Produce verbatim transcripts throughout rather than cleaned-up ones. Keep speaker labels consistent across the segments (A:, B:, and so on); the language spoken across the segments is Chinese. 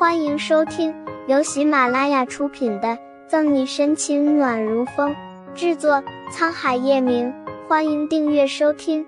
A: 欢迎收听由喜马拉雅出品的《赠你深情暖如风》，制作沧海夜明。欢迎订阅收听。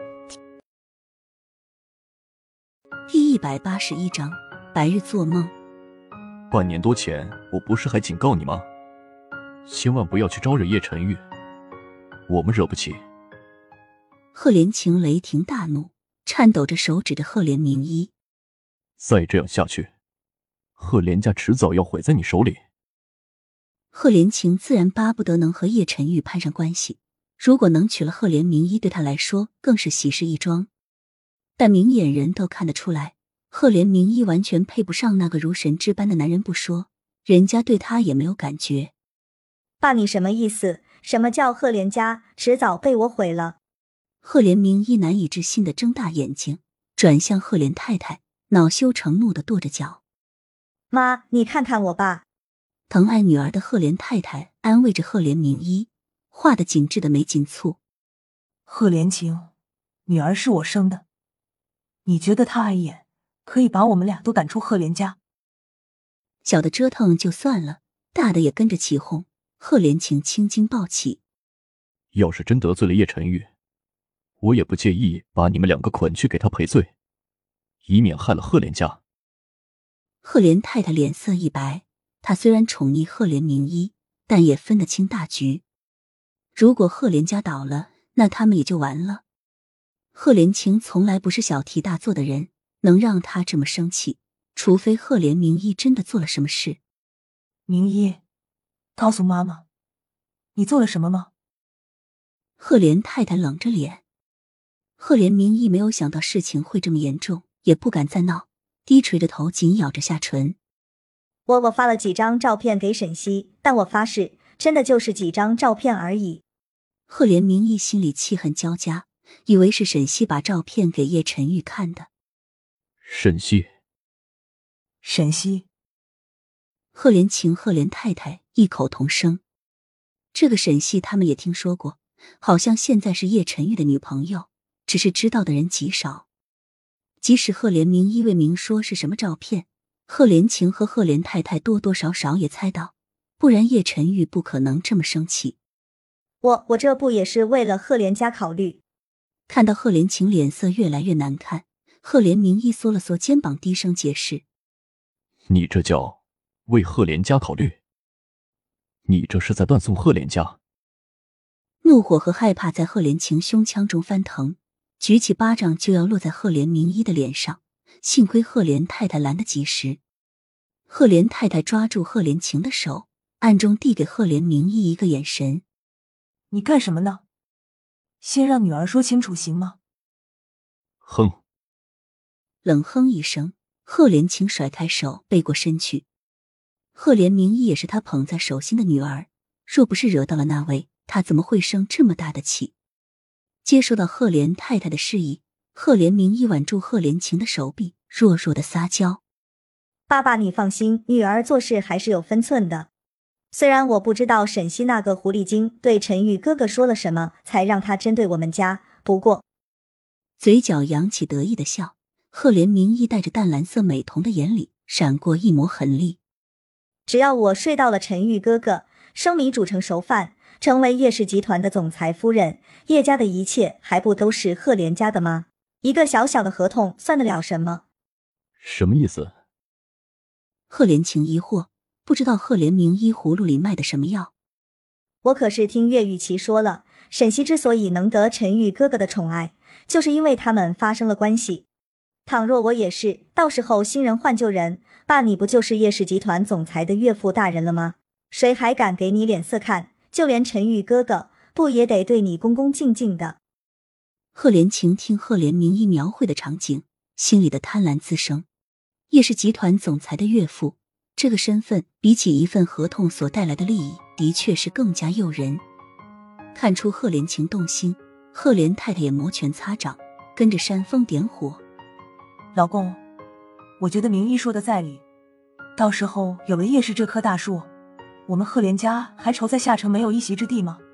B: 第一百八十一章，白日做梦。
C: 半年多前，我不是还警告你吗？千万不要去招惹叶晨玉，我们惹不起。
B: 赫连晴雷霆大怒，颤抖着手指着赫连明一。
C: 再这样下去，赫连家迟早要毁在你手里。
B: 赫连晴自然巴不得能和叶晨玉攀上关系，如果能娶了赫连明一，对他来说更是喜事一桩。但明眼人都看得出来，赫连明一完全配不上那个如神之般的男人不说，人家对他也没有感觉。
D: 爸，你什么意思？什么叫赫连家迟早被我毁了？
B: 赫连明一难以置信地睁大眼睛，转向赫连太太，恼羞成怒地跺着脚。
D: 妈，你看看我爸。
B: 疼爱女儿的赫连太太安慰着赫连明一，画得紧致的眉紧蹙。
E: 赫连晴，女儿是我生的，你觉得她碍眼，可以把我们俩都赶出赫连家？
B: 小的折腾就算了，大的也跟着起哄。赫连晴青筋暴起。
C: 要是真得罪了叶晨玉，我也不介意把你们两个捆去给他赔罪，以免害了赫连家。
B: 赫连太太脸色一白，她虽然宠溺赫连明一，但也分得清大局。如果赫连家倒了，那他们也就完了。赫连晴从来不是小题大做的人，能让他这么生气，除非赫连明一真的做了什么事。
E: 明一，告诉妈妈，你做了什么吗？
B: 赫连太太冷着脸。赫连明一没有想到事情会这么严重，也不敢再闹，低垂着头，紧咬着下唇。
D: 我我发了几张照片给沈西，但我发誓，真的就是几张照片而已。
B: 赫连明一心里气恨交加，以为是沈西把照片给叶晨玉看的。
C: 沈西，
E: 沈西。
B: 赫连晴、赫连太太异口同声。这个沈西他们也听说过，好像现在是叶晨玉的女朋友，只是知道的人极少。即使赫连明一未明说是什么照片，赫连晴和赫连太太多多少少也猜到，不然叶晨玉不可能这么生气。
D: 我我这不也是为了赫连家考虑？
B: 看到赫连晴脸色越来越难看，赫连明一缩了缩肩膀，低声解释：
C: 你这叫为赫连家考虑？你这是在断送赫连家。
B: 怒火和害怕在赫连晴胸腔中翻腾，举起巴掌就要落在赫连明一的脸上，幸亏赫连太太拦得及时。赫连太太抓住赫连晴的手，暗中递给赫连明一一个眼神。
E: 你干什么呢？先让女儿说清楚行吗？
C: 哼。
B: 冷哼一声，赫连晴甩开手，背过身去。赫连明一也是他捧在手心的女儿，若不是惹到了那位，他怎么会生这么大的气？接受到赫连太太的示意，赫连明一挽住赫连晴的手臂，弱弱的撒娇：
D: 爸爸你放心，女儿做事还是有分寸的。虽然我不知道沈西那个狐狸精对陈玉哥哥说了什么，才让他针对我们家，不过
B: 嘴角扬起得意的笑，赫连明一带着淡蓝色美瞳的眼里闪过一抹狠厉。
D: 只要我睡到了陈玉哥哥，生米煮成熟饭，成为叶氏集团的总裁夫人，叶家的一切还不都是赫连家的吗？一个小小的合同算得了什么？
C: 什么意思？
B: 赫连晴疑惑，不知道赫连明一葫芦里卖的什么药。
D: 我可是听岳玉琪说了，沈西之所以能得陈玉哥哥的宠爱，就是因为他们发生了关系。倘若我也是，到时候新人换旧人，爸你不就是叶氏集团总裁的岳父大人了吗？谁还敢给你脸色看？就连陈玉哥哥不也得对你恭恭敬敬的？
B: 赫连晴听赫连明一描绘的场景，心里的贪婪滋生。叶氏集团总裁的岳父，这个身份比起一份合同所带来的利益，的确是更加诱人。看出赫连晴动心，赫连太太也摩拳擦掌，跟着煽风点火。
E: 老公，我觉得明一说的在理，到时候有了叶氏这棵大树，我们赫连家还愁在下城没有一席之地吗？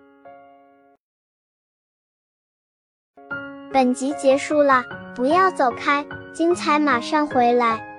A: 本集结束了，不要走开，精彩马上回来。